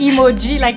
emoji, like...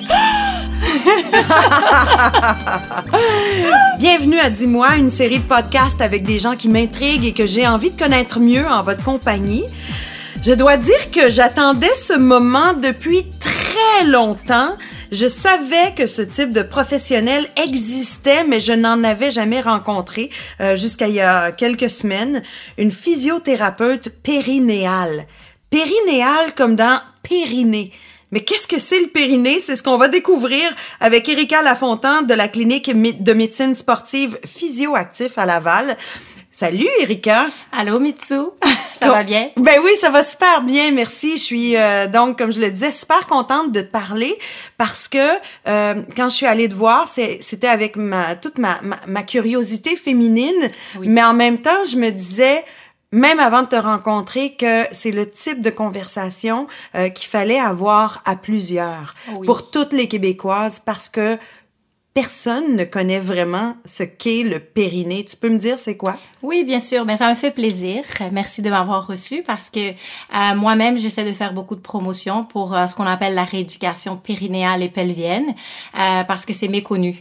Bienvenue à Dis-moi, une série de podcasts avec des gens qui m'intriguent et que j'ai envie de connaître mieux en votre compagnie. Je dois dire que j'attendais ce moment depuis très longtemps. Je savais que ce type de professionnel existait, mais je n'en avais jamais rencontré jusqu'à il y a quelques semaines. Une physiothérapeute périnéale. Périnéale comme dans périnée. Mais qu'est-ce que c'est le périnée? C'est ce qu'on va découvrir avec Erika Lafontaine de la clinique de médecine sportive Physioactif à Laval. Salut Erika! Allô Mitsu! Ça va bien? Ben oui, ça va super bien, merci. Je suis donc, comme je le disais, super contente de te parler parce que quand je suis allée te voir, c'était avec toute ma curiosité féminine, oui. Mais en même temps, je me disais... Même avant de te rencontrer, que c'est le type de conversation qu'il fallait avoir à plusieurs pour toutes les Québécoises parce que personne ne connaît vraiment ce qu'est le périnée. Tu peux me dire c'est quoi? Oui, bien sûr. Ben ça me fait plaisir. Merci de m'avoir reçue parce que moi-même, j'essaie de faire beaucoup de promotion pour ce qu'on appelle la rééducation périnéale et pelvienne parce que c'est méconnu.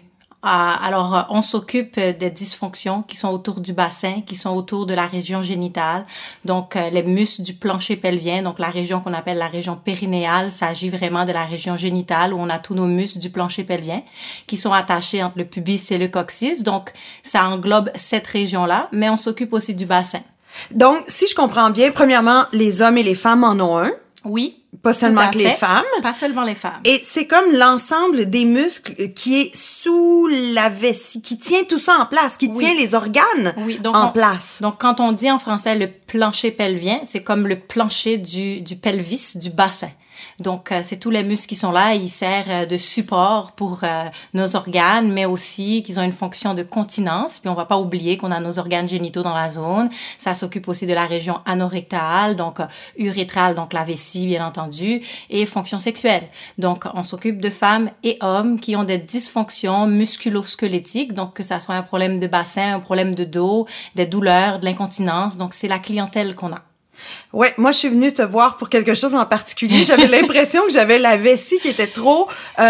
Alors, on s'occupe des dysfonctions qui sont autour du bassin, qui sont autour de la région génitale. Donc, les muscles du plancher pelvien, donc la région qu'on appelle la région périnéale, ça agit vraiment de la région génitale où on a tous nos muscles du plancher pelvien qui sont attachés entre le pubis et le coccyx. Donc, ça englobe cette région-là, mais on s'occupe aussi du bassin. Donc, si je comprends bien, premièrement, les hommes et les femmes en ont un. Oui. Pas seulement que les femmes. Pas seulement les femmes. Et c'est comme l'ensemble des muscles qui est sous la vessie, qui tient tout ça en place, qui tient les organes en place. Donc, quand on dit en français le plancher pelvien, c'est comme le plancher du pelvis, du bassin. Donc, c'est tous les muscles qui sont là. Ils servent de support pour nos organes, mais aussi qu'ils ont une fonction de continence. Puis, on va pas oublier qu'on a nos organes génitaux dans la zone. Ça s'occupe aussi de la région anorectale, donc urétrale, donc la vessie, bien entendu, et fonction sexuelle. Donc, on s'occupe de femmes et hommes qui ont des dysfonctions musculo-squelettiques, donc que ça soit un problème de bassin, un problème de dos, des douleurs, de l'incontinence. Donc, c'est la clientèle qu'on a. Ouais, moi je suis venue te voir pour quelque chose en particulier. J'avais l'impression que j'avais la vessie qui était trop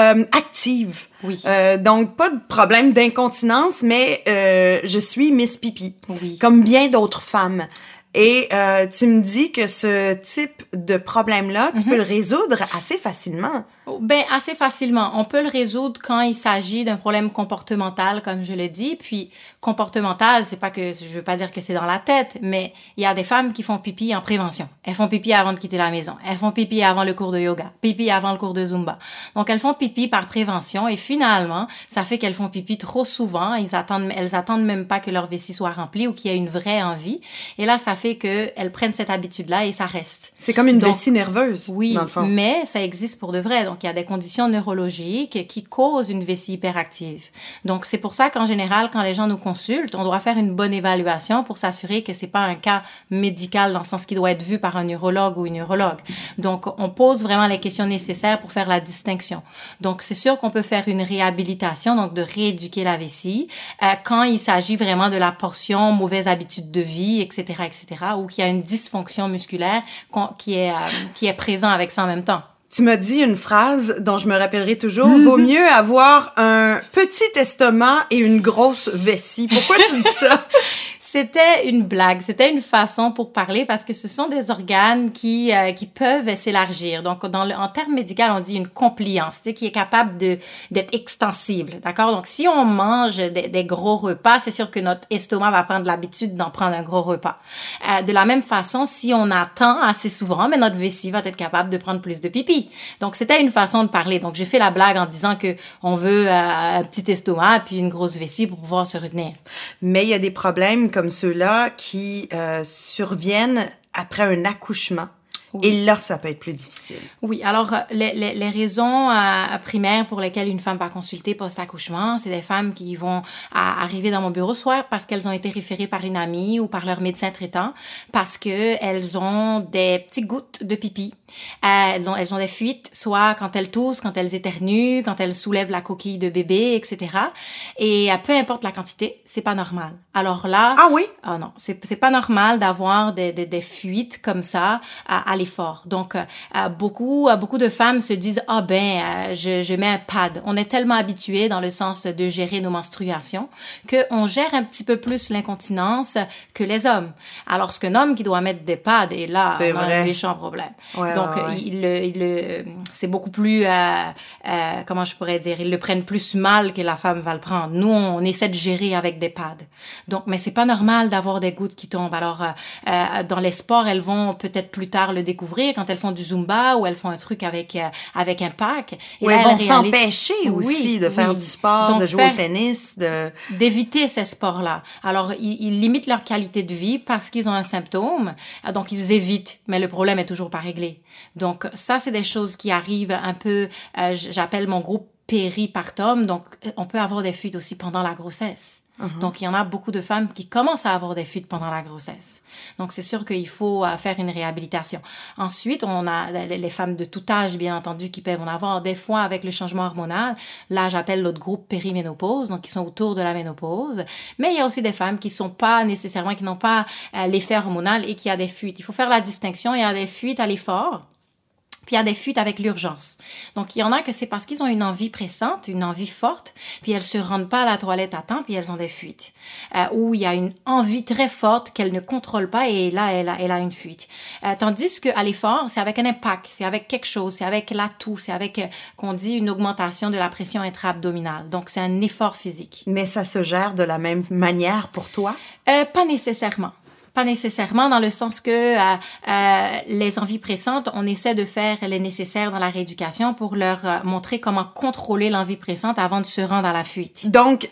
active. Oui. Donc pas de problème d'incontinence, mais je suis Miss Pipi, oui. Comme bien d'autres femmes. Et tu me dis que ce type de problème-là, tu peux le résoudre assez facilement. Ben assez facilement. On peut le résoudre quand il s'agit d'un problème comportemental, comme je le dis. Puis comportemental, c'est pas que je veux pas dire que c'est dans la tête, mais il y a des femmes qui font pipi en prévention. Elles font pipi avant de quitter la maison. Elles font pipi avant le cours de yoga, pipi avant le cours de Zumba. Donc elles font pipi par prévention et finalement, ça fait qu'elles font pipi trop souvent. Elles attendent même pas que leur vessie soit remplie ou qu'il y ait une vraie envie. Et là, ça fait qu'elles prennent cette habitude-là et ça reste. C'est comme une vessie nerveuse. Oui, dans le fond. Mais ça existe pour de vrai. Donc, il y a des conditions neurologiques qui causent une vessie hyperactive. Donc, c'est pour ça qu'en général, quand les gens nous consultent, on doit faire une bonne évaluation pour s'assurer que c'est pas un cas médical dans le sens qu'il doit être vu par un neurologue ou une neurologue. Donc, on pose vraiment les questions nécessaires pour faire la distinction. Donc, c'est sûr qu'on peut faire une réhabilitation, donc de rééduquer la vessie, quand il s'agit vraiment de la portion mauvaise habitude de vie, etc., ou qu'il y a une dysfonction musculaire qui est présent avec ça en même temps. Tu m'as dit une phrase dont je me rappellerai toujours. Vaut mieux avoir un petit estomac et une grosse vessie. Pourquoi tu dis ça? C'était une blague, c'était une façon pour parler parce que ce sont des organes qui peuvent s'élargir. Donc, en termes médicaux, on dit une compliance, qui est capable d'être extensible, d'accord? Donc, si on mange des gros repas, c'est sûr que notre estomac va prendre l'habitude d'en prendre un gros repas. De la même façon, si on attend assez souvent, mais notre vessie va être capable de prendre plus de pipi. Donc, c'était une façon de parler. Donc, j'ai fait la blague en disant que on veut un petit estomac puis une grosse vessie pour pouvoir se retenir. Mais il y a des problèmes comme ceux-là qui surviennent après un accouchement. Oui. Et là, ça peut être plus difficile. Oui, alors les raisons primaires pour lesquelles une femme va consulter post-accouchement, c'est des femmes qui vont arriver dans mon bureau, soit parce qu'elles ont été référées par une amie ou par leur médecin traitant, parce que elles ont des petites gouttes de pipi Elles ont des fuites, soit quand elles toussent, quand elles éternuent, quand elles soulèvent la coquille de bébé, etc. Et peu importe la quantité, c'est pas normal. Alors là... Ah oui? Ah non, c'est pas normal d'avoir des fuites comme ça à l'effort. Donc, beaucoup de femmes se disent « Ah je mets un pad ». On est tellement habitués dans le sens de gérer nos menstruations qu'on gère un petit peu plus l'incontinence que les hommes. Alors, ce qu'un homme qui doit mettre des pads, et là, on a un méchant problème. Ouais, donc, ouais. c'est beaucoup plus, comment je pourrais dire, ils le prennent plus mal que la femme va le prendre. Nous, on essaie de gérer avec des pads. Donc, mais c'est pas normal d'avoir des gouttes qui tombent. Alors, dans les sports, elles vont peut-être plus tard le découvrir quand elles font du Zumba ou elles font un truc avec un pack. Et là, elles vont s'empêcher aussi de faire du sport, donc, de jouer au tennis, d'éviter ces sports-là. Alors, ils limitent leur qualité de vie parce qu'ils ont un symptôme. Donc, ils évitent. Mais le problème est toujours pas réglé. Donc, ça, c'est des choses qui arrivent un peu, j'appelle mon groupe péripartum. Donc, on peut avoir des fuites aussi pendant la grossesse. Uh-huh. Donc, il y en a beaucoup de femmes qui commencent à avoir des fuites pendant la grossesse. Donc, c'est sûr qu'il faut faire une réhabilitation. Ensuite, on a les femmes de tout âge, bien entendu, qui peuvent en avoir des fois avec le changement hormonal. Là, j'appelle l'autre groupe périménopause, donc qui sont autour de la ménopause. Mais il y a aussi des femmes qui sont pas nécessairement, qui n'ont pas l'effet hormonal et qui a des fuites. Il faut faire la distinction. Il y a des fuites à l'effort. Puis il y a des fuites avec l'urgence. Donc, il y en a que c'est parce qu'ils ont une envie pressante, une envie forte, puis elles se rendent pas à la toilette à temps, puis elles ont des fuites. Ou il y a une envie très forte qu'elles ne contrôlent pas et là, elle a une fuite. Tandis qu'à l'effort, c'est avec un impact, c'est avec quelque chose, c'est avec l'atout, c'est avec, qu'on dit, une augmentation de la pression intra-abdominale. Donc, c'est un effort physique. Mais ça se gère de la même manière pour toi? Pas nécessairement. Pas nécessairement, dans le sens que les envies pressantes, on essaie de faire les nécessaires dans la rééducation pour leur montrer comment contrôler l'envie pressante avant de se rendre à la fuite. Donc,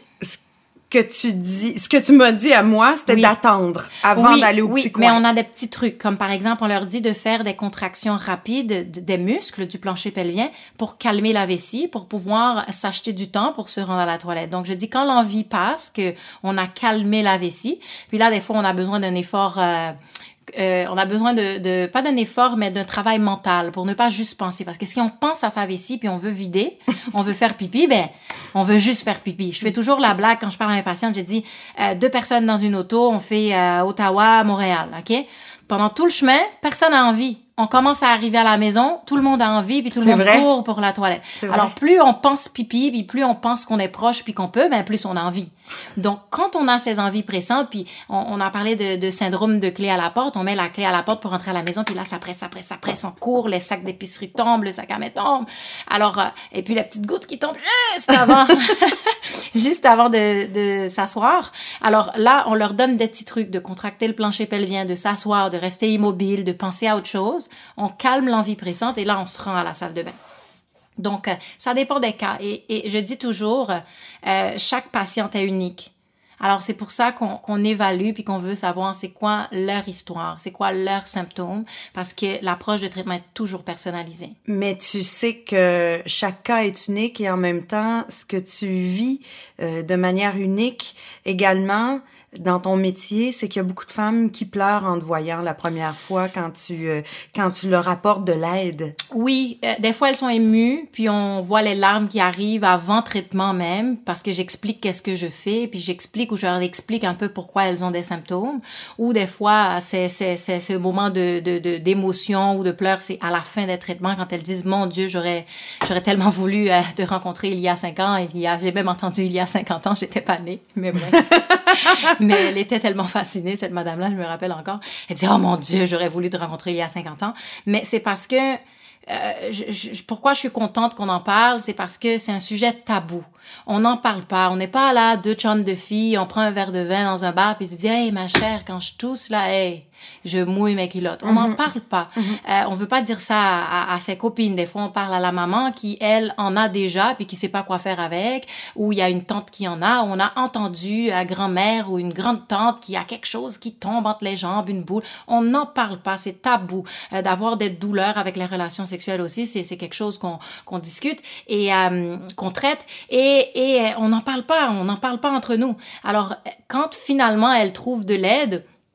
ce que tu m'as dit à moi, c'était d'attendre avant d'aller au petit coin. Oui, mais on a des petits trucs, comme par exemple, on leur dit de faire des contractions rapides des muscles du plancher pelvien pour calmer la vessie, pour pouvoir s'acheter du temps pour se rendre à la toilette. Donc, je dis quand l'envie passe, que on a calmé la vessie, puis là, des fois, on a besoin d'un effort... on a besoin de pas d'un effort, mais d'un travail mental pour ne pas juste penser. Parce que si on pense à sa vessie puis on veut vider, on veut faire pipi, on veut juste faire pipi. Je fais toujours la blague quand je parle à mes patientes, j'ai dit 2 personnes dans une auto, on fait Ottawa, Montréal, OK? Pendant tout le chemin, personne n'a envie. On commence à arriver à la maison, tout le monde a envie, puis tout le monde court pour la toilette. Alors, plus on pense pipi, puis plus on pense qu'on est proche, puis qu'on peut, plus on a envie. Donc, quand on a ces envies pressantes, puis on a parlé de syndrome de clé à la porte, on met la clé à la porte pour rentrer à la maison, puis là, ça presse, on court, les sacs d'épicerie tombent, le sac à main tombe. Alors, et puis la petite goutte qui tombe juste avant de s'asseoir. Alors là, on leur donne des petits trucs de contracter le plancher pelvien, de s'asseoir, de rester immobile, de penser à autre chose. On calme l'envie pressante et là, on se rend à la salle de bain. Donc, ça dépend des cas. Et je dis toujours, chaque patiente est unique. Alors, c'est pour ça qu'on évalue puis qu'on veut savoir c'est quoi leur histoire, c'est quoi leurs symptômes, parce que l'approche de traitement est toujours personnalisée. Mais tu sais que chaque cas est unique et en même temps, ce que tu vis de manière unique également dans ton métier, c'est qu'il y a beaucoup de femmes qui pleurent en te voyant la première fois quand tu leur apportes de l'aide. Oui, des fois elles sont émues, puis on voit les larmes qui arrivent avant traitement même, parce que j'explique qu'est-ce que je fais, puis j'explique ou je leur explique un peu pourquoi elles ont des symptômes. Ou des fois c'est ce moment d'émotion ou de pleurs, c'est à la fin des traitements quand elles disent mon Dieu, j'aurais tellement voulu te rencontrer il y a 5 ans, j'ai même entendu il y a 50 ans, j'étais pas née, mais bref. Mais elle était tellement fascinée, cette madame-là, je me rappelle encore. Elle dit, oh mon Dieu, j'aurais voulu te rencontrer il y a 50 ans. Mais c'est parce que, pourquoi je suis contente qu'on en parle, c'est parce que c'est un sujet tabou. On n'en parle pas. On n'est pas là, 2 chums de filles, on prend un verre de vin dans un bar puis se dit, hey, ma chère, quand je tousse, là, hey, je mouille mes culottes. On n'en parle pas. On veut pas dire ça à ses copines. Des fois, on parle à la maman qui, elle, en a déjà puis qui sait pas quoi faire avec, ou il y a une tante qui en a. On a entendu à grand-mère ou une grande tante qui a quelque chose qui tombe entre les jambes, une boule. On n'en parle pas. C'est tabou. D'avoir des douleurs avec les relations sexuelles aussi, c'est quelque chose qu'on discute et qu'on traite et on n'en parle pas. On n'en parle pas entre nous. Alors, quand finalement elle trouve de l'aide,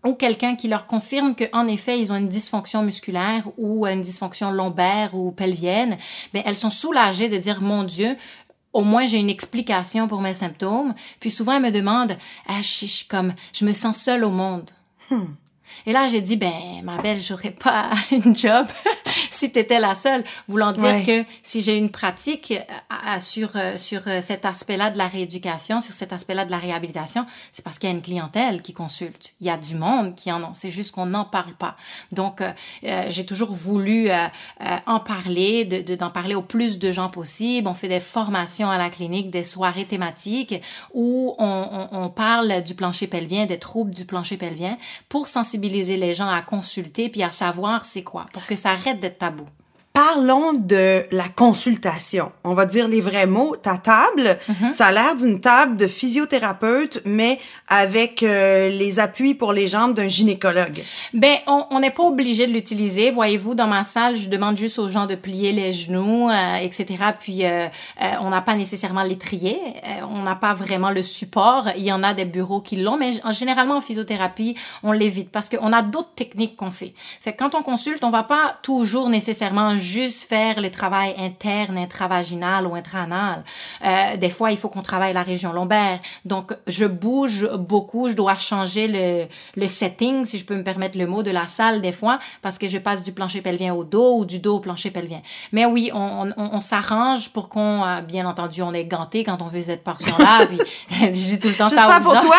ou quelqu'un qui leur confirme qu'en effet, ils ont une dysfonction musculaire ou une dysfonction lombaire ou pelvienne, ben elles sont soulagées de dire, mon Dieu, au moins j'ai une explication pour mes symptômes. Puis souvent, elles me demandent, je me sens seule au monde. Et là, j'ai dit, ben, ma belle, j'aurais pas une job si t'étais la seule. Voulant dire que si j'ai une pratique sur cet aspect-là de la rééducation, sur cet aspect-là de la réhabilitation, c'est parce qu'il y a une clientèle qui consulte. Il y a du monde qui en ont. C'est juste qu'on n'en parle pas. Donc, j'ai toujours voulu en parler, d'en parler au plus de gens possible. On fait des formations à la clinique, des soirées thématiques où on parle du plancher pelvien, des troubles du plancher pelvien pour sensibiliser les gens à consulter puis à savoir c'est quoi, pour que ça arrête d'être tabou. Parlons de la consultation. On va dire les vrais mots. Ta table, ça a l'air d'une table de physiothérapeute, mais avec les appuis pour les jambes d'un gynécologue. Ben, on n'est pas obligé de l'utiliser. Voyez-vous, dans ma salle, je demande juste aux gens de plier les genoux, etc. Puis, on n'a pas nécessairement l'étrier. On n'a pas vraiment le support. Il y en a des bureaux qui l'ont, mais généralement, en physiothérapie, on l'évite parce qu'on a d'autres techniques qu'on fait. Fait que quand on consulte, on va pas toujours nécessairement juste faire le travail interne, intravaginal ou intra-anal. Des fois, il faut qu'on travaille la région lombaire. Donc, je bouge beaucoup. Je dois changer le setting, si je peux me permettre le mot, de la salle des fois, parce que je passe du plancher pelvien au dos ou du dos au plancher pelvien. Mais oui, on s'arrange pour qu'on, bien entendu, on est ganté quand on veut cette portion-là. Puis, je dis tout le temps ça aux gens. J'espère pour toi.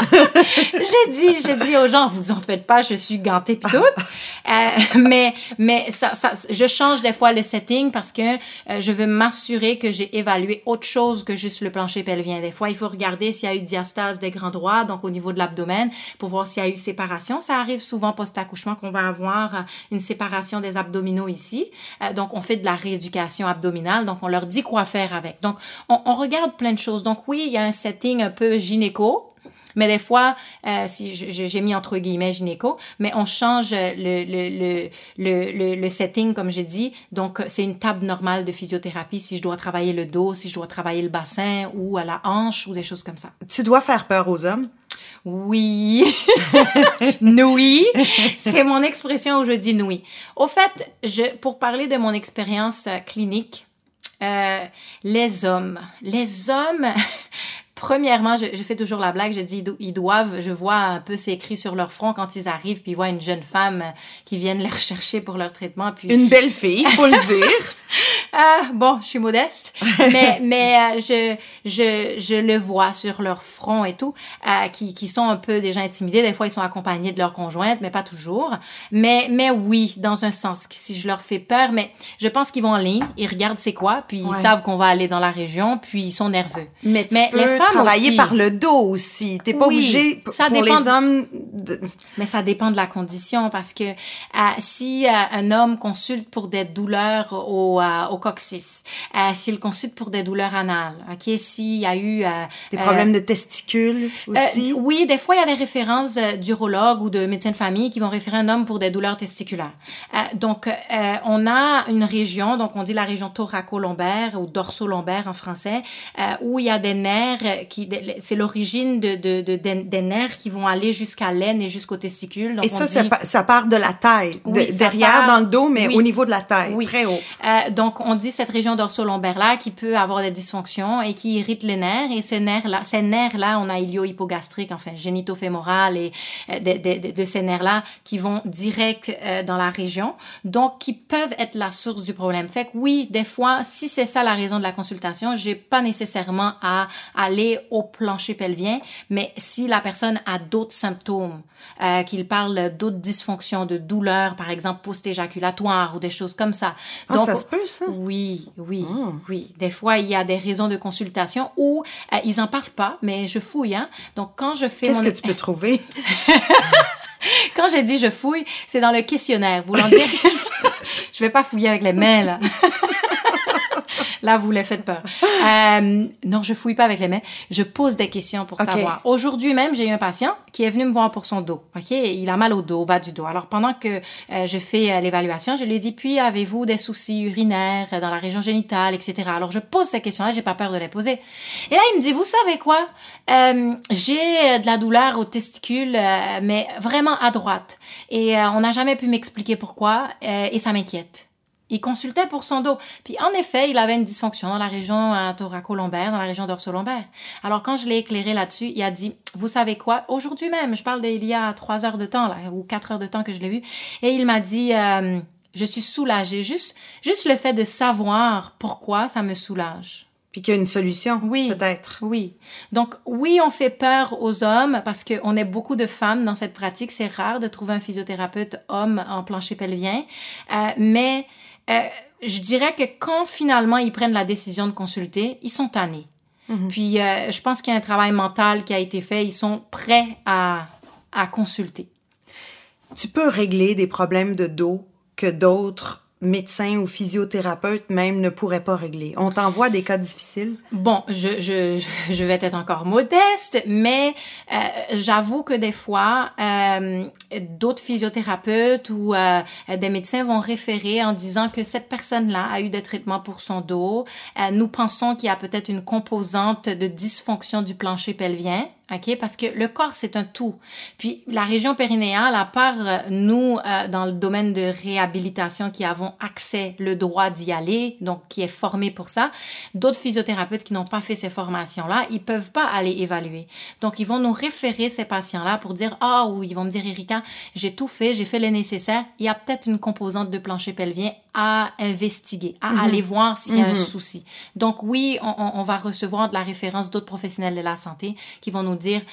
J'ai dit aux gens, vous en faites pas, je suis gantée pis tout. Mais ça, je change des fois le setting parce que je veux m'assurer que j'ai évalué autre chose que juste le plancher pelvien. Des fois, il faut regarder s'il y a eu diastase des grands droits, donc au niveau de l'abdomen, pour voir s'il y a eu séparation. Ça arrive souvent post-accouchement qu'on va avoir une séparation des abdominaux ici. Donc, on fait de la rééducation abdominale, donc on leur dit quoi faire avec. Donc, on regarde plein de choses. Donc, oui, il y a un setting un peu gynéco. Mais des fois, si j'ai mis entre guillemets gynéco, mais on change le setting, comme j'ai dit. Donc, c'est une table normale de physiothérapie si je dois travailler le dos, si je dois travailler le bassin ou à la hanche ou des choses comme ça. Tu dois faire peur aux hommes? Oui. Oui. C'est mon expression où je dis oui. Au fait, pour parler de mon expérience clinique, les hommes, premièrement, je fais toujours la blague, je dis ils doivent, je vois un peu c'est écrit sur leur front quand ils arrivent, puis ils voient une jeune femme qui vient les rechercher pour leur traitement. Puis... Une belle fille, faut le dire. Bon, je suis modeste, mais je le vois sur leur front et tout, qui sont un peu déjà intimidés. Des fois, ils sont accompagnés de leur conjointe, mais pas toujours. Mais oui, dans un sens, si je leur fais peur, mais je pense qu'ils vont en ligne, ils regardent c'est quoi, puis ils savent qu'on va aller dans la région, puis ils sont nerveux. Mais tu peux travailler aussi par le dos aussi. T'es pas obligé pour les hommes. Mais ça dépend de la condition parce que si un homme consulte pour des douleurs au coccyx, s'il consulte pour des douleurs anales, ok, s'il y a eu des problèmes de testicules aussi. Oui, des fois il y a des références d'urologues ou de médecins de famille qui vont référer un homme pour des douleurs testiculaires. Donc on a une région, donc on dit la région thoraco-lombaire ou dorso-lombaire en français, où il y a des nerfs c'est l'origine des nerfs qui vont aller jusqu'à l'aine et jusqu'aux testicules. Donc, et ça part de la taille, derrière dans le dos, mais au niveau de la taille, très haut. Donc, on dit cette région dorso-lombaire-là qui peut avoir des dysfonctions et qui irrite les nerfs. Et ces nerfs-là, on a ilio-hypogastrique, enfin, génito-fémoral et de ces nerfs-là qui vont direct dans la région. Donc, qui peuvent être la source du problème. Fait que oui, des fois, si c'est ça la raison de la consultation, j'ai pas nécessairement à aller au plancher pelvien, mais si la personne a d'autres symptômes, qu'il parle d'autres dysfonctions, de douleurs, par exemple post-éjaculatoire ou des choses comme ça. Donc, ça se peut, ça? Oui. Des fois, il y a des raisons de consultation où ils en parlent pas, mais je fouille, hein. Donc, quand je fais Qu'est-ce que tu peux trouver? Quand j'ai dit je fouille, c'est dans le questionnaire. Voulant dire, je vais pas fouiller avec les mains, là. Là, vous les faites peur. Non, je fouille pas avec les mains. Je pose des questions pour savoir. Aujourd'hui même, j'ai eu un patient qui est venu me voir pour son dos. OK? Il a mal au dos, au bas du dos. Alors, pendant que je fais l'évaluation, je lui ai dit, puis avez-vous des soucis urinaires dans la région génitale, etc. Alors, je pose ces questions-là, j'ai pas peur de les poser. Et là, il me dit, vous savez quoi? J'ai de la douleur aux testicules, mais vraiment à droite. Et on n'a jamais pu m'expliquer pourquoi, et ça m'inquiète. Il consultait pour son dos. Puis, en effet, il avait une dysfonction dans la région thoraco-lombaire, dans la région dorso-lombaire. Alors, quand je l'ai éclairé là-dessus, il a dit, vous savez quoi? Aujourd'hui même, je parle d'il y a 3 heures de temps, là, ou 4 heures de temps que je l'ai vu. Et il m'a dit, je suis soulagée. Juste le fait de savoir pourquoi ça me soulage. Puis qu'il y a une solution, oui, peut-être. Oui. Donc, oui, on fait peur aux hommes parce qu'on est beaucoup de femmes dans cette pratique. C'est rare de trouver un physiothérapeute homme en plancher pelvien. Mais je dirais que quand finalement ils prennent la décision de consulter, ils sont tannés. Mm-hmm. Puis, je pense qu'il y a un travail mental qui a été fait. Ils sont prêts à consulter. Tu peux régler des problèmes de dos que d'autres médecins ou physiothérapeutes même ne pourraient pas régler. On t'envoie des cas difficiles? Bon, je vais être encore modeste, mais j'avoue que des fois, d'autres physiothérapeutes ou des médecins vont référer en disant que cette personne-là a eu des traitements pour son dos. Nous pensons qu'il y a peut-être une composante de dysfonction du plancher pelvien. OK? Parce que le corps, c'est un tout. Puis, la région périnéale, à part nous, dans le domaine de réhabilitation qui avons accès, le droit d'y aller, donc qui est formé pour ça, d'autres physiothérapeutes qui n'ont pas fait ces formations-là, ils peuvent pas aller évaluer. Donc, ils vont nous référer ces patients-là pour dire, ou ils vont me dire, Erika, j'ai tout fait, j'ai fait le nécessaire, il y a peut-être une composante de plancher pelvien à investiguer, à aller voir s'il y a un souci. Donc, oui, on va recevoir de la référence d'autres professionnels de la santé qui vont nous dire,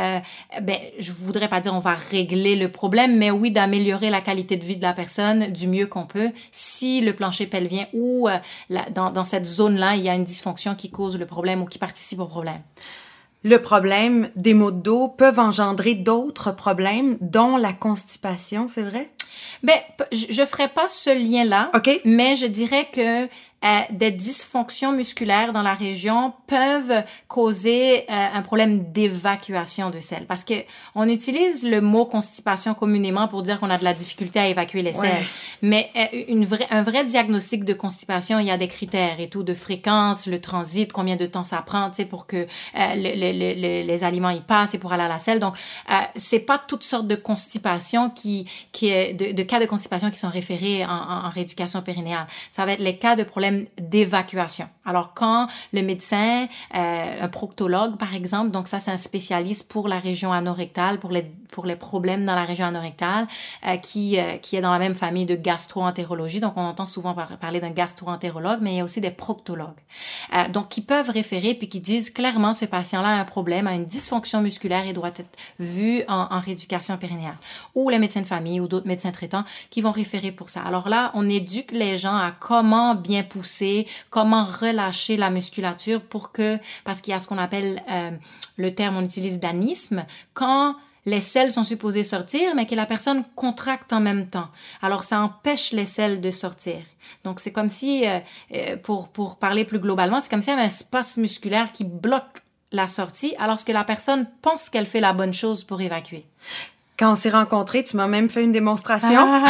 je voudrais pas dire on va régler le problème, mais oui, d'améliorer la qualité de vie de la personne du mieux qu'on peut si le plancher pelvien ou dans cette zone-là, il y a une dysfonction qui cause le problème ou qui participe au problème. Le problème des maux de dos peuvent engendrer d'autres problèmes, dont la constipation, c'est vrai? Je ferai pas ce lien-là, mais je dirais que des dysfonctions musculaires dans la région peuvent causer un problème d'évacuation de selles. Parce que on utilise le mot constipation communément pour dire qu'on a de la difficulté à évacuer les selles. Mais un vrai diagnostic de constipation, il y a des critères et tout, de fréquence, le transit, combien de temps ça prend, tu sais, pour que les aliments y passent et pour aller à la selle. Donc, c'est pas toutes sortes de constipation de cas de constipation qui sont référés en rééducation périnéale. Ça va être les cas de problèmes d'évacuation. Alors, quand le médecin, un proctologue, par exemple, donc ça, c'est un spécialiste pour la région anorectale, pour les problèmes dans la région anorectale, qui est dans la même famille de gastro-entérologie. Donc, on entend souvent parler d'un gastro-entérologue, mais il y a aussi des proctologues. Donc, qui peuvent référer puis qui disent clairement, ce patient-là a un problème, a une dysfonction musculaire et doit être vu en rééducation périnéale. Ou les médecins de famille ou d'autres médecins traitants qui vont référer pour ça. Alors là, on éduque les gens à comment bien pousser, comment relâcher la musculature parce qu'il y a ce qu'on appelle, le terme, on utilise d'anisme, quand les selles sont supposées sortir, mais que la personne contracte en même temps. Alors, ça empêche les selles de sortir. Donc, c'est comme si, pour parler plus globalement, c'est comme s'il y avait un espace musculaire qui bloque la sortie, alors que la personne pense qu'elle fait la bonne chose pour évacuer. Quand on s'est rencontrés, tu m'as même fait une démonstration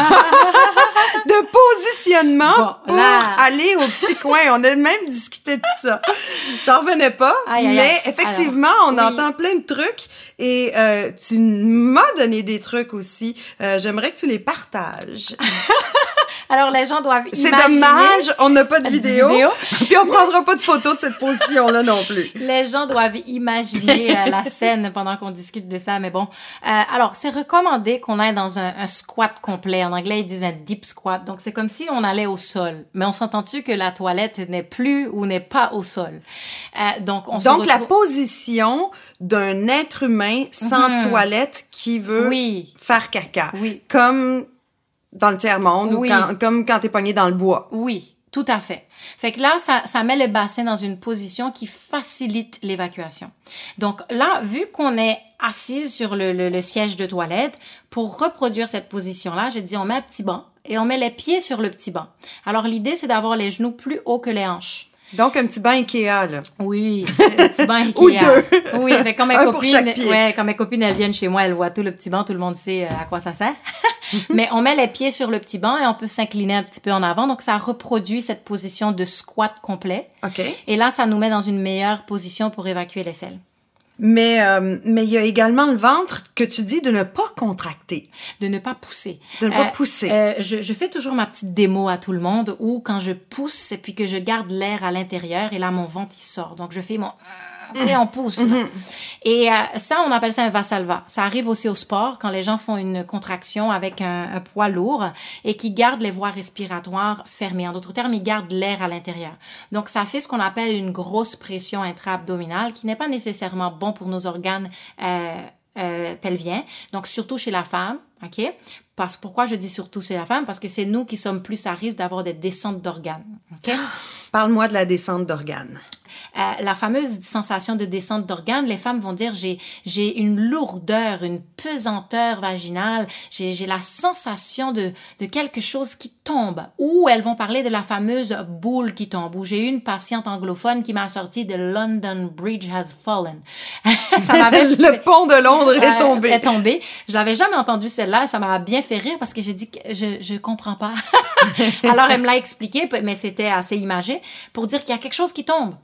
de positionnement pour aller au petit coin. On a même discuté de ça. J'en revenais pas, mais effectivement, on entend plein de trucs et tu m'as donné des trucs aussi. J'aimerais que tu les partages. Alors, les gens doivent imaginer... C'est dommage, on n'a pas de vidéo. Puis on prendra pas de photo de cette position-là non plus. Les gens doivent imaginer la scène pendant qu'on discute de ça, mais bon. Alors, c'est recommandé qu'on aille dans un squat complet. En anglais, ils disent un deep squat. Donc, c'est comme si on allait au sol. Mais on s'entend-tu que la toilette n'est plus ou n'est pas au sol? Donc, la position d'un être humain sans toilette qui veut faire caca. Oui. Comme dans le tiers-monde ou comme quand t'es pogné dans le bois. Oui, tout à fait. Fait que là, ça met le bassin dans une position qui facilite l'évacuation. Donc là, vu qu'on est assise sur le siège de toilette, pour reproduire cette position-là, je dis on met un petit banc et on met les pieds sur le petit banc. Alors, l'idée, c'est d'avoir les genoux plus hauts que les hanches. Donc, un petit banc Ikea, là. Oui, un petit banc Ikea. Ou deux. Oui, mais quand mes Un copines, pour chaque pied. ouais, quand mes copines, elles viennent chez moi, elles voient tout le petit banc, tout le monde sait à quoi ça sert. Mais on met les pieds sur le petit banc et on peut s'incliner un petit peu en avant. Donc, ça reproduit cette position de squat complet. OK. Et là, ça nous met dans une meilleure position pour évacuer les selles. Mais il y a également le ventre que tu dis de ne pas contracter. De ne pas pousser. De ne pas pousser. Je fais toujours ma petite démo à tout le monde où quand je pousse et puis que je garde l'air à l'intérieur et là, mon ventre, il sort. Donc, je fais mon... Et on pousse. Et ça, on appelle ça un Valsalva. Ça arrive aussi au sport quand les gens font une contraction avec un poids lourd et qui gardent les voies respiratoires fermées. En d'autres termes, ils gardent l'air à l'intérieur. Donc, ça fait ce qu'on appelle une grosse pression intra-abdominale qui n'est pas nécessairement bon pour nos organes pelviens. Donc, surtout chez la femme, OK? Pourquoi je dis surtout chez la femme? Parce que c'est nous qui sommes plus à risque d'avoir des descentes d'organes. OK? Parle-moi de la descente d'organes. La fameuse sensation de descente d'organes, les femmes vont dire j'ai une lourdeur, une pesanteur vaginale, j'ai la sensation de quelque chose qui tombe. Ou elles vont parler de la fameuse boule qui tombe. Ou j'ai eu une patiente anglophone qui m'a sorti de London Bridge has fallen. Ça m'avait Le pont de Londres est tombé. Est tombé. Je l'avais jamais entendu celle-là. Ça m'a bien fait rire parce que j'ai dit que je comprends pas. Alors elle me l'a expliqué, mais c'était assez imagé pour dire qu'il y a quelque chose qui tombe.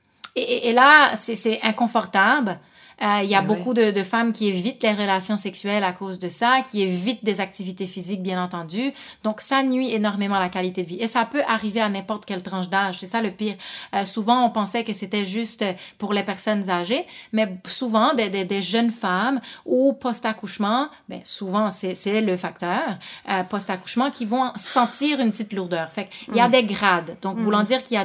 Et là, c'est inconfortable. Il y a beaucoup de femmes qui évitent les relations sexuelles à cause de ça, qui évitent des activités physiques, bien entendu. Donc, ça nuit énormément à la qualité de vie. Et ça peut arriver à n'importe quelle tranche d'âge. C'est ça le pire. Souvent, on pensait que c'était juste pour les personnes âgées, mais souvent, des jeunes femmes ou post-accouchement, ben, souvent, c'est le facteur, post-accouchement, qui vont sentir une petite lourdeur. Fait qu'il y a des grades. Donc, voulant dire qu'il y a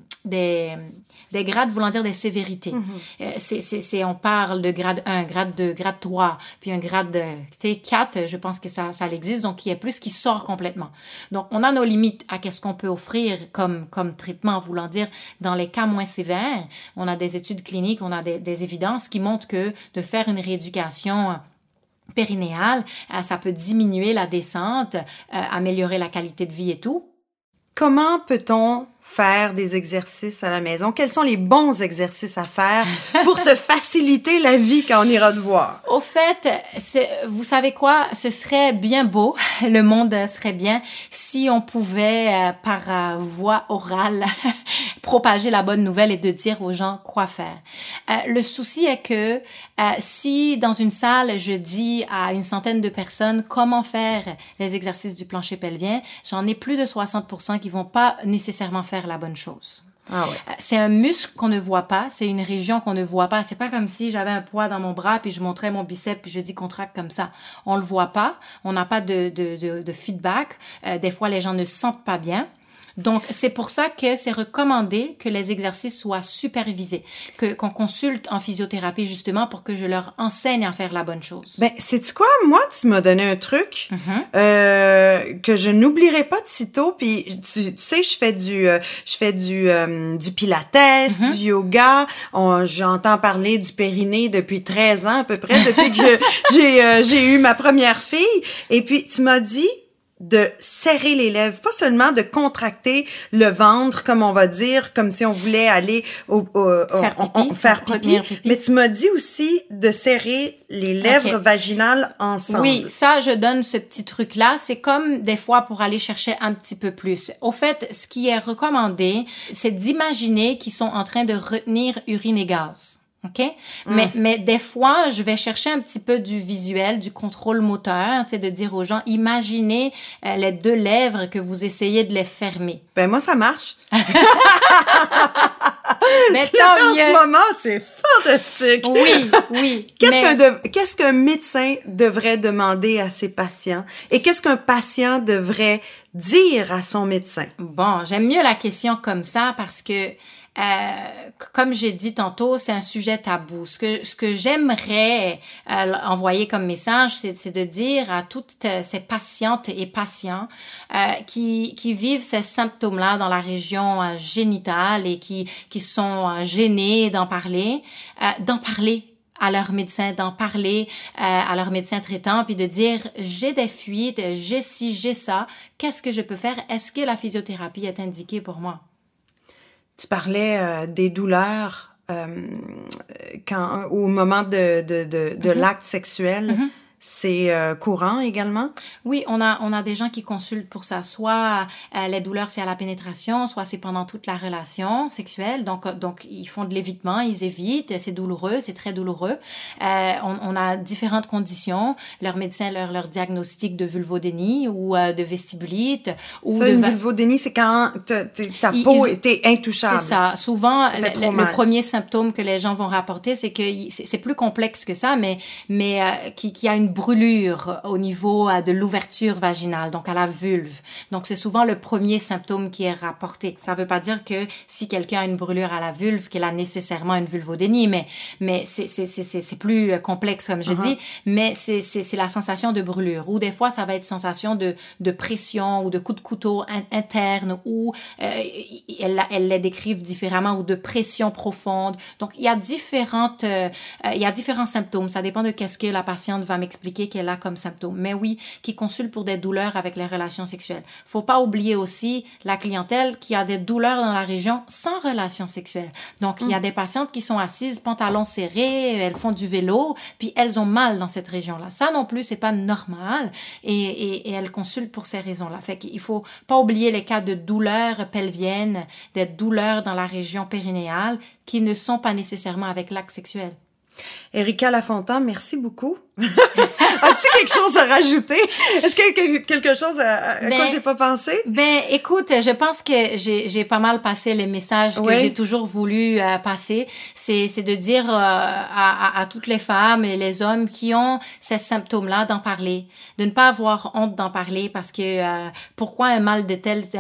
des grades voulant dire des sévérités. On parle de grade 1, grade 2, grade 3, puis un grade 4, je pense que ça existe, donc il y a plus qui sort complètement. Donc, on a nos limites à qu'est-ce qu'on peut offrir comme traitement, voulant dire, dans les cas moins sévères, on a des études cliniques, on a des évidences qui montrent que de faire une rééducation périnéale, ça peut diminuer la descente, améliorer la qualité de vie et tout. Comment peut-on faire des exercices à la maison? Quels sont les bons exercices à faire pour te faciliter la vie quand on ira te voir? Au fait, vous savez quoi? Ce serait bien beau, le monde serait bien si on pouvait, par voie orale, propager la bonne nouvelle et de dire aux gens quoi faire. Le souci est que si dans une salle, je dis à une centaine de personnes comment faire les exercices du plancher pelvien, j'en ai plus de 60% qui vont pas nécessairement faire la bonne chose. Ah ouais. C'est un muscle qu'on ne voit pas, c'est une région qu'on ne voit pas. C'est pas comme si j'avais un poids dans mon bras puis je montrais mon biceps puis je dis contracte comme ça. On le voit pas, on n'a pas de feedback. Des fois, les gens ne se sentent pas bien. Donc, c'est pour ça que c'est recommandé que les exercices soient supervisés, qu'on consulte en physiothérapie justement pour que je leur enseigne à faire la bonne chose. Ben, sais-tu quoi? Moi, tu m'as donné un truc que je n'oublierai pas de sitôt. Puis, tu sais, je fais du pilates, du yoga. J'entends parler du périnée depuis 13 ans à peu près, depuis que j'ai eu ma première fille. Et puis, tu m'as dit de serrer les lèvres, pas seulement de contracter le ventre, comme on va dire, comme si on voulait aller faire pipi, mais tu m'as dit aussi de serrer les lèvres vaginales ensemble. Oui, ça, je donne ce petit truc-là. C'est comme des fois pour aller chercher un petit peu plus. Au fait, ce qui est recommandé, c'est d'imaginer qu'ils sont en train de retenir urine et gaz. OK? Mais des fois, je vais chercher un petit peu du visuel, du contrôle moteur, tu sais, de dire aux gens, imaginez les deux lèvres que vous essayez de les fermer. Ben, moi, ça marche. Mais je le fais en ce moment, c'est fantastique. Oui. Qu'est-ce qu'un médecin devrait demander à ses patients? Et qu'est-ce qu'un patient devrait dire à son médecin? Bon, j'aime mieux la question comme ça parce que comme j'ai dit tantôt, c'est un sujet tabou. Ce que j'aimerais envoyer comme message, c'est de dire à toutes ces patientes et patients qui vivent ces symptômes-là dans la région génitale et qui sont gênés d'en parler à leur médecin, d'en parler à leur médecin traitant, puis de dire j'ai des fuites, j'ai ci, j'ai ça, qu'est-ce que je peux faire? Est-ce que la physiothérapie est indiquée pour moi? Tu parlais des douleurs au moment de l'acte sexuel. C'est courant également? Oui, on a des gens qui consultent pour ça. Soit les douleurs, c'est à la pénétration, soit c'est pendant toute la relation sexuelle. Donc ils font de l'évitement, ils évitent, c'est douloureux, c'est très douloureux. On a différentes conditions. Leur médecin leur diagnostic de vulvodénie ou de vestibulite. Ou ça, une vulvodénie, c'est quand ta peau est intouchable. C'est ça. Souvent, le premier symptôme que les gens vont rapporter, c'est que c'est plus complexe que ça, mais qu'il y a une brûlure au niveau de l'ouverture vaginale, donc à la vulve. Donc, c'est souvent le premier symptôme qui est rapporté. Ça veut pas dire que si quelqu'un a une brûlure à la vulve, qu'il a nécessairement une vulvodénie, mais c'est plus complexe, comme je dis, mais c'est la sensation de brûlure. Ou des fois, ça va être sensation de pression ou de coup de couteau interne, ou elles les décrivent différemment, ou de pression profonde. Donc, il y a différents symptômes. Ça dépend de qu'est-ce que la patiente va m'expliquer qu'elle a comme symptômes. Mais oui, qui consulte pour des douleurs avec les relations sexuelles. Faut pas oublier aussi la clientèle qui a des douleurs dans la région sans relations sexuelles. Donc, il y a des patientes qui sont assises, pantalons serrés, elles font du vélo, puis elles ont mal dans cette région-là. Ça non plus, c'est pas normal et elles consultent pour ces raisons-là. Fait qu'il faut pas oublier les cas de douleurs pelviennes, des douleurs dans la région périnéale qui ne sont pas nécessairement avec l'acte sexuel. Erika Lafontaine, merci beaucoup. As-tu quelque chose à rajouter? Est-ce qu'il y a quelque chose à quoi j'ai pas pensé? Écoute, je pense que j'ai pas mal passé les messages que j'ai toujours voulu passer. C'est de dire à toutes les femmes et les hommes qui ont ces symptômes-là d'en parler, de ne pas avoir honte d'en parler parce que pourquoi un mal de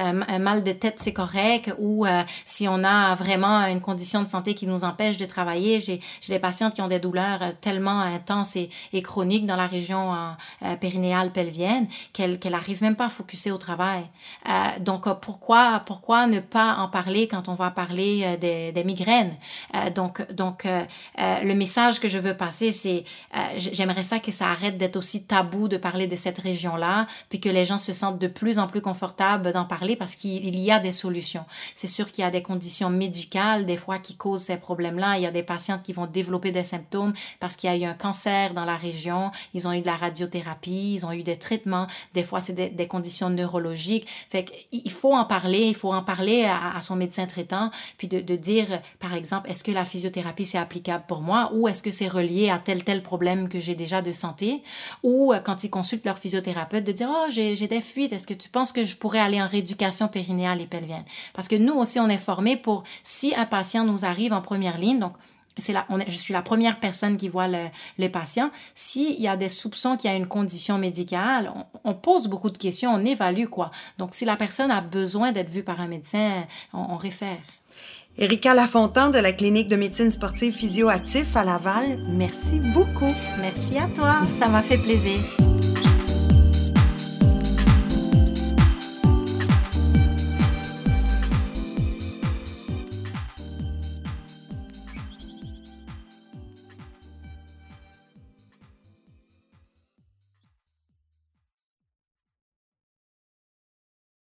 tête c'est correct, ou si on a vraiment une condition de santé qui nous empêche de travailler. J'ai des patientes qui ont des douleurs tellement intenses et chroniques dans la région périnéale pelvienne qu'elle arrive même pas à focusser au travail. Donc pourquoi ne pas en parler quand on va parler des migraines? Donc le message que je veux passer, c'est j'aimerais ça que ça arrête d'être aussi tabou de parler de cette région-là, puis que les gens se sentent de plus en plus confortables d'en parler parce qu'il y a des solutions. C'est sûr qu'il y a des conditions médicales des fois qui causent ces problèmes-là. Il y a des patientes qui vont développer des symptômes parce qu'il y a eu un cancer dans la région, ils ont eu de la radiothérapie, ils ont eu des traitements, des fois c'est des conditions neurologiques. Fait qu'il faut en parler, à son médecin traitant, puis de dire, par exemple, est-ce que la physiothérapie c'est applicable pour moi, ou est-ce que c'est relié à tel problème que j'ai déjà de santé, ou quand ils consultent leur physiothérapeute, de dire, oh, j'ai des fuites, est-ce que tu penses que je pourrais aller en rééducation périnéale et pelvienne? Parce que nous aussi, on est formés pour, si un patient nous arrive en première ligne, donc je suis la première personne qui voit le patient. S'il y a des soupçons qu'il y a une condition médicale, on pose beaucoup de questions, on évalue quoi. Donc, si la personne a besoin d'être vue par un médecin, on réfère. Erika Lafontaine de la clinique de médecine sportive Physio-Actif à Laval, merci beaucoup. Merci à toi, ça m'a fait plaisir.